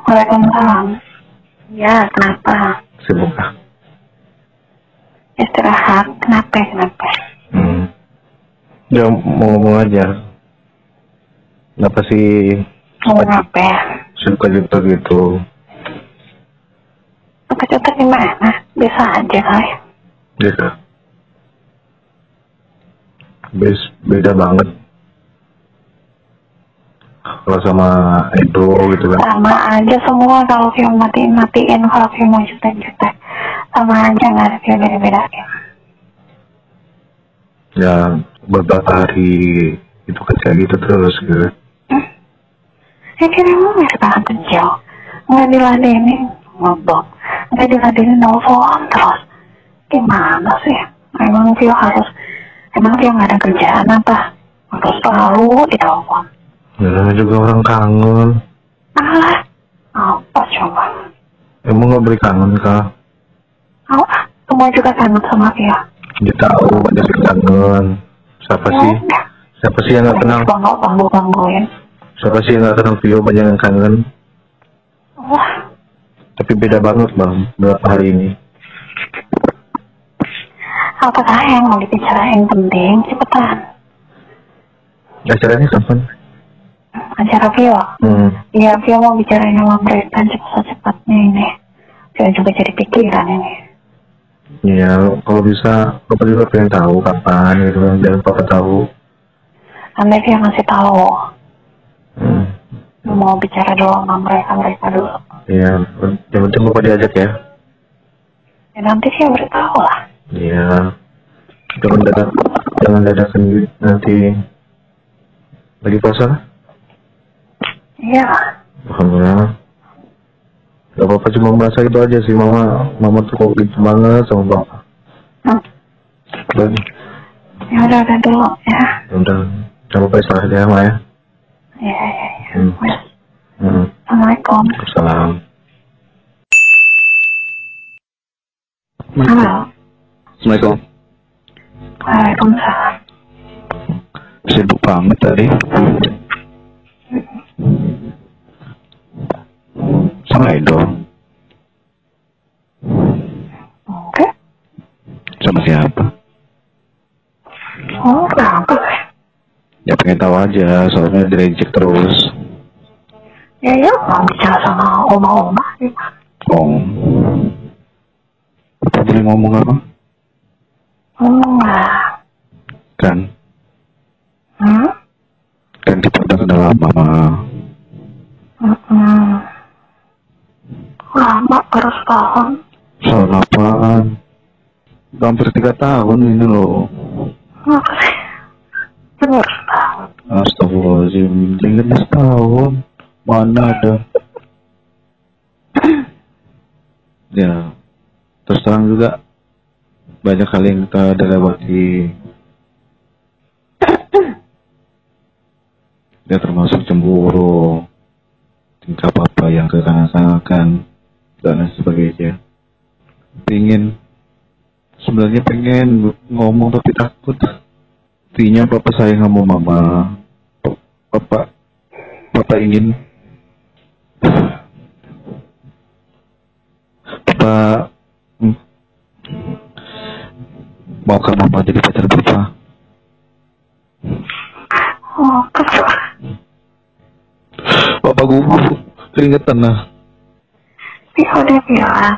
Waalaikumsalam. Ya, kenapa? Sibuk ah? Istirahat. Kenapa? Ya mau ngomong aja. Kenapa sih Ngomong apa ya? suka gitu? Suka gimana? Bisa aja kali. Gitu. Beda banget kalau sama Edo gitu kan. Sama aja semua kalau view matiin, kalau view mau jutek. Sama aja, nggak ada view beda-beda. Ya beberapa hari itu kan kayak gitu terus gitu. Ya kan emang ya sekarang kecil. Nggak diladenin ngobok. Nggak diladenin nelfon terus. Gimana sih? Emang view nggak ada kerjaan apa? Harus selalu ditelepon. Ya namanya juga orang kangen. Alah, apa coba? Emang nggak beri kangen kah? Oh, semua juga kangen sama dia. Dia tahu banyak yang kangen. Siapa sih yang nggak kenal? Bangguin. Siapa sih yang nggak kenal Vio, banyak yang kangen. Wah. Tapi beda banget bang beberapa hari ini. Apakah yang mau dibicarain penting? Cepetan. Acaranya kapan? Acara Vio? Iya, Vio mau bicarain sama mereka cepat-cepatnya ini. Vio juga jadi pikiran ini. Iya, kalau bisa, Papa juga pengen tahu kapan gitu kan, dan Papa tahu. Nanti Vio ngasih tahu. Mau bicara dulu sama mereka dulu. Iya, yang penting Papa diajak ya. Ya nanti Vio beritahu lah. Iya, jangan dadakan nanti lagi puasa lah. Iya. Alhamdulillah. Gak apa-apa, cuma merasa itu aja sih, mama tuh kok gitu banget sama Papa. Ya udah dulu ya. Udah, jangan lupa istirahat ya, Ma ya. Iya. Assalamualaikum. Salam. Halo. Assalamualaikum. Waalaikumsalam. Sibuk banget tadi. Sama Edo. Oke. Sama siapa? Oh, kenapa? Ya pengen tahu aja, soalnya direject terus. Ya, mau bicara sama oma-oma. Apa boleh ngomong apa? Enggak. Kan kita udah kenal lama. Lama, baru setahun. Soal apaan? Hampir 3 tahun ini loh. Apa sih? Baru setahun. Astagfirullahaladzim, tinggal setahun. Mana ada? Ya, terus terang juga banyak kali yang kita udah lewati. Ya termasuk cemburu, tingkah Papa yang kekanak-kanakan dan lain sebagainya. Sebenarnya pengen ngomong tapi takut. Intinya Papa sayang sama Mama. Papa ingin Papa maukah Mama jadi pacar Papa? Oh, betul. Papa gugup, keringetan lah. Dia udah bilang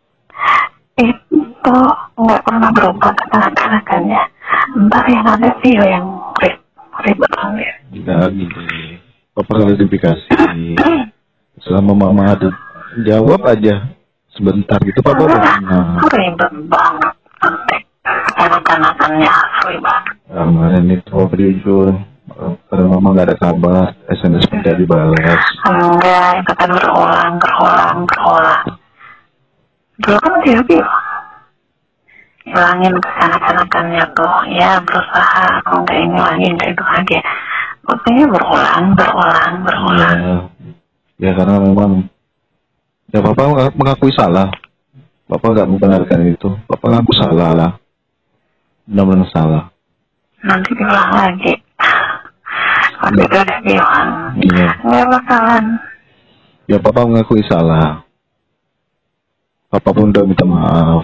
itu nggak pernah berubah kekanak-kanakannya. Ntar yang ada Vio yang ribet lagi. Enggak gini, Papa klarifikasi. Selama Mama ada, jawab aja sebentar gitu. Papa benar. Ribet banget. Kekanak-kanakannya asli banget. Kemarin itu Papa jujur, karena Mama nggak ada kabar, SMS tidak dibalas. Enggak, itu kan berulang. Dulu kan dia bilang hilangin kekanak-kanakannya tuh, ya berusaha enggak ini lagi, enggak itu lagi. Buktinya berulang. Ya karena memang ya Papa mengakui salah. Papa nggak membenarkan itu. Papa ngaku salah lah. Benar-benar salah. Nanti bilang lagi. Waktu itu udah bilang. Iya. Nggak bakalan. Ya papa mengakui salah. Papa pun udah minta maaf.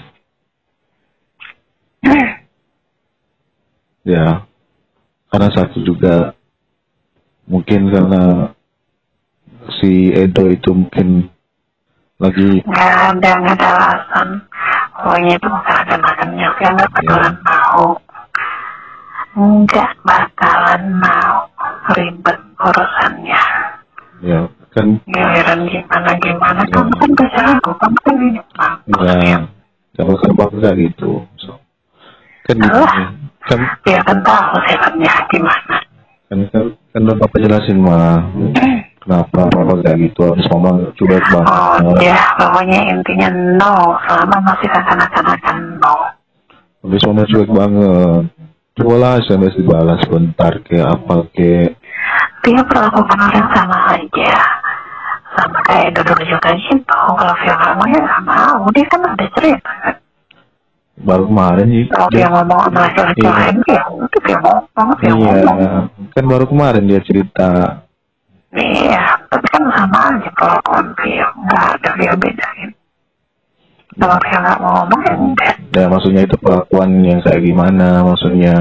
Ya, karena satu juga mungkin karena si Edo itu mungkin lagi nggak ada alasan. Pokoknya itu bukan ada makannya, saya nggak bakalan mau. Nggak bakalan mau ribet urusannya. ya kan Giliran gimana kamu kan bisa aku, kamu kan ini ya kalau kan papa nggak gitu. So, kan gini kan dia kan tahu sifatnya gimana. kan udah papa jelasin mah kenapa papa nggak gitu, habis mama cuek banget. Oh ya, pokoknya intinya no, selama masih kanak-kanakan no. Habis mama cuek banget. Cobalah SMS dibalas bentar ke apa ke. Dia perlakukan orang sama aja, sama kayak dulu juga gitu. Kalau Via kamu ya nggak mau, dia kan ada cerita kan. Baru kemarin sih Kalau dia ngomong sama laki-laki lain, ya udah dia ngomong, dia iya ngomong. kan baru kemarin dia cerita. Iya, tapi kan sama aja perlakuan Via, nggak ada Via bedain. Kalau Via nggak mau ngomong ya udah. Ya maksudnya itu perlakuan yang kayak gimana maksudnya?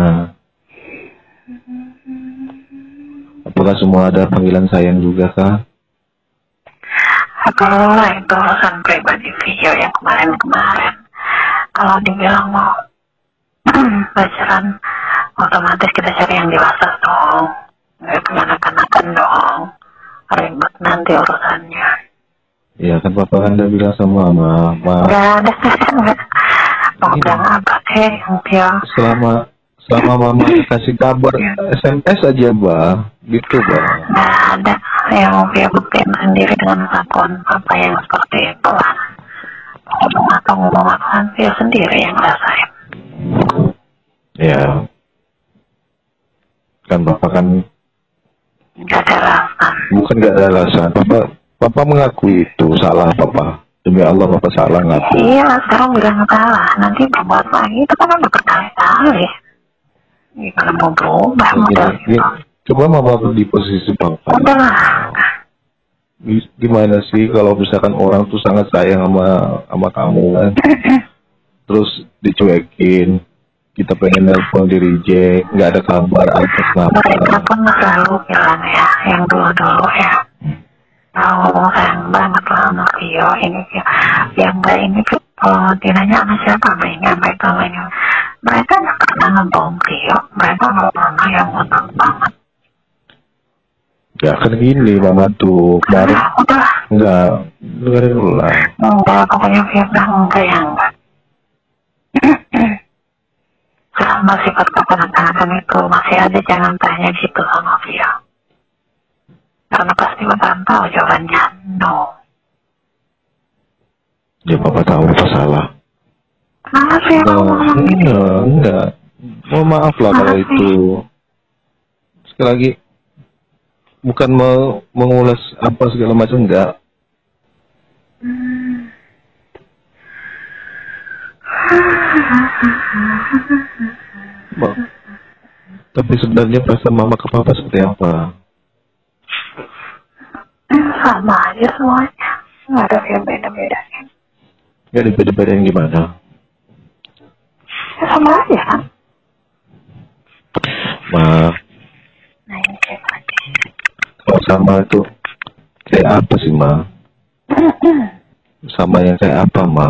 Apakah semua ada panggilan sayang juga kah? Apalah itu urusan pribadi Via yang kemarin-kemarin. Kalau dibilang mau pacaran, otomatis kita cari yang dewasa dong. Nggak kemana-kanakan dong. Ribet nanti urusannya. Iya kan papa kan udah bilang sama mama. Nggak ada nggak. Mau bilang apa sih yang dia? Selama mama kasih kabar SMS aja bah, gitu bah. Nggak ada yang dia buktiin sendiri dengan kelakuan apa yang seperti itu lah. Ngomong apa dia sendiri yang rasain. Ya kan papa kan Nggak ada alasan. bukan gak ada alasan. Papa mengakui itu salah papa. Demi Allah papa salah ngaku. Iya, sekarang bilang salah. Nanti berbuat lagi itu kan udah berkali-kali. Kalau mau berubah model gitu. Coba mama di posisi papa. Udah lah. Gimana sih kalau misalkan orang tuh sangat sayang sama kamu kan, terus dicuekin, kita pengen nelpon di reject, nggak ada kabar aja kenapa? Mereka pun selalu bilang ya, yang dulu-dulu ya, ngomong sayang banget lah sama Vio, ini Vio, yang nggak ini tuh, kalau dinanya sama siapa, mereka ini, mereka nggak pernah ngebohong Vio, mereka nggak pernah yang ngutang banget. Ya kan gini mama tuh kemarin Udah. enggak dengerin dulu lah. Enggak, pokoknya Vio bilang enggak ya enggak. Selama sifat kekanak-kanakan itu masih ada, jangan tanya gitu sama Vio. Karena pasti bakalan tahu jawabannya no. Ya papa tahu apa salah. Kenapa sih kamu ngomong gini? Enggak. Mau maaf lah kalau itu. Sekali lagi bukan mau mengulas apa segala macam enggak. Tapi sebenarnya perasaan mama ke papa seperti apa? Sama aja semuanya, nggak ada yang beda-bedain. Ya beda-bedain gimana? Ya sama aja kan. Ma, Nah ini kayak lagi. kalau sama itu kayak apa sih ma? Sama yang kayak apa ma?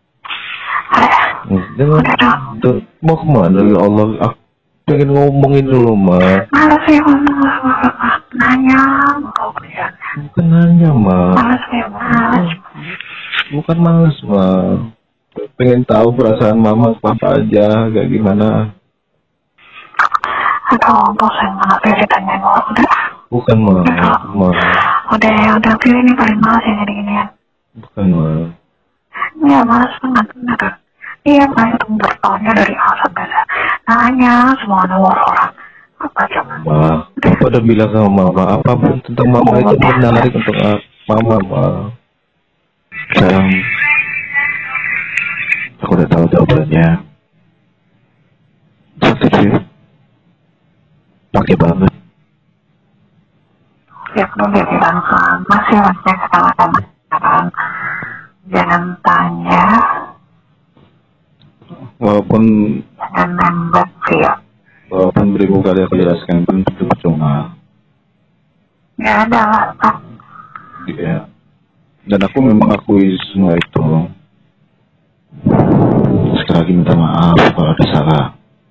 Jangan tuh, mau kemana ya Allah? Aku pengen ngomongin dulu ma. Malas sih ngomong apa-apa. Nanya mau kerjanya. Bukan nanya ma. Malas sih malas. Bukan males ma. Pengen tahu perasaan mama papa aja kayak gimana. Aduh bosan banget sih ditanya udah. Bukan ma. Udah pilih ini paling malas yang gini-ginian. Bukan ma. Ya malas banget bener. Iya kan bertanya dari A sampai Z. Nanya semua nomor orang. Apa coba? Ma, papa udah bilang sama mama apapun tentang mama itu menarik untuk mama ma. Sayang, aku udah tahu jawabannya. Sakit sih. Pakai banget. Ya perlu dia bilang sama sih maksudnya sekarang jangan tanya Walaupun jangan nembak sih ya. walaupun beribu kali aku jelaskan pun itu percuma. Nggak ada alasan. Iya. Dan aku memang akui semua itu. Sekali lagi minta maaf kalau ada salah.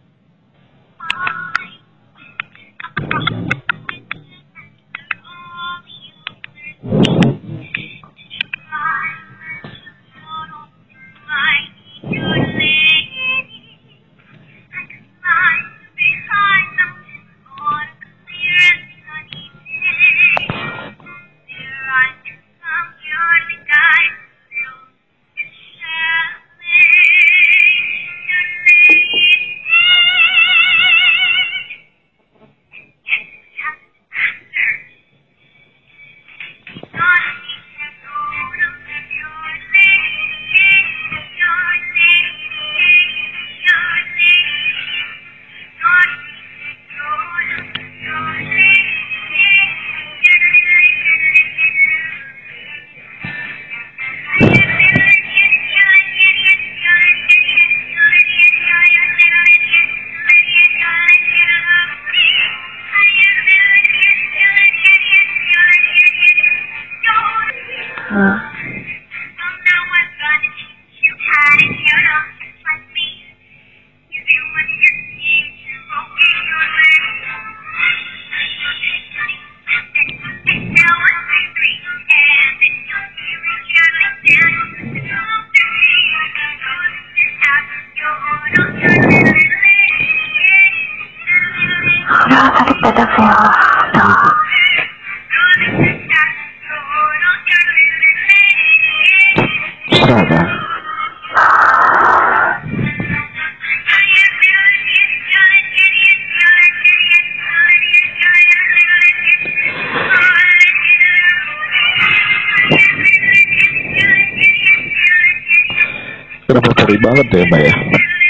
Udah tadi beda film. Serah. Kenapa perih banget ya Mbak ya?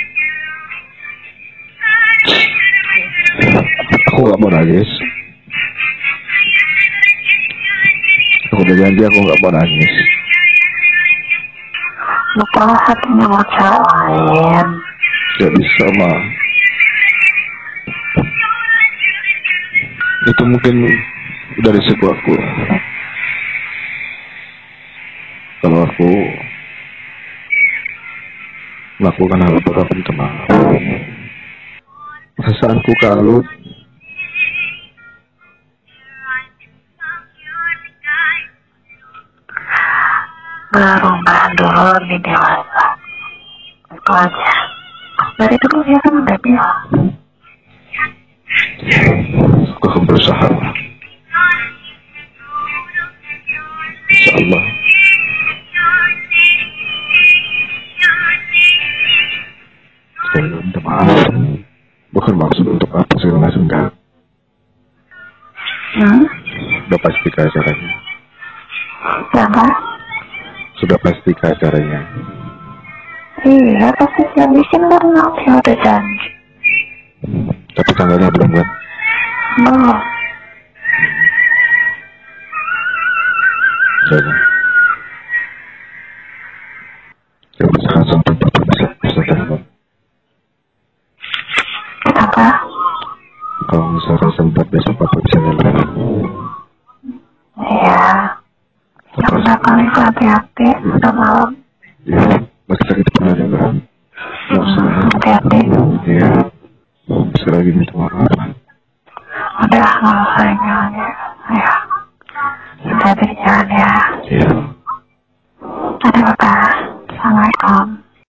Aku gak mau nangis. Aku udah janji aku gak mau nangis. Lupa hatinya mau cewek lain. Gak bisa mah. Itu mungkin dari resiko aku. Kalau aku melakukan hal itu aku minta maaf. Perasaanku kalut. Berubah dulu lebih dewasa. Itu aja. Dari dulu dia kan udah bilang. Aku akan berusaha. InsyaAllah. Saya minta maaf. Bukan maksud untuk apa segala macam enggak. Sudah pasti ke acaranya. Siapa? Sudah pasti ke acaranya. Iya pasti habisin karena dia udah janji. Tapi tanggalnya belum kan? Belum. Jadi. Kalau misalkan sempat bisa telepon. Kenapa? Kalau misalkan sempat besok Papa bisa telepon. Iya. Ya udah kali hati-hati. Udah malam. Iya. Masih sakit pernah juga. Nggak usah. Hati-hati. Iya. Sekali lagi minta maaf. Udah nggak usah lagi. Ya. Hati-hati jalan ya. Iya.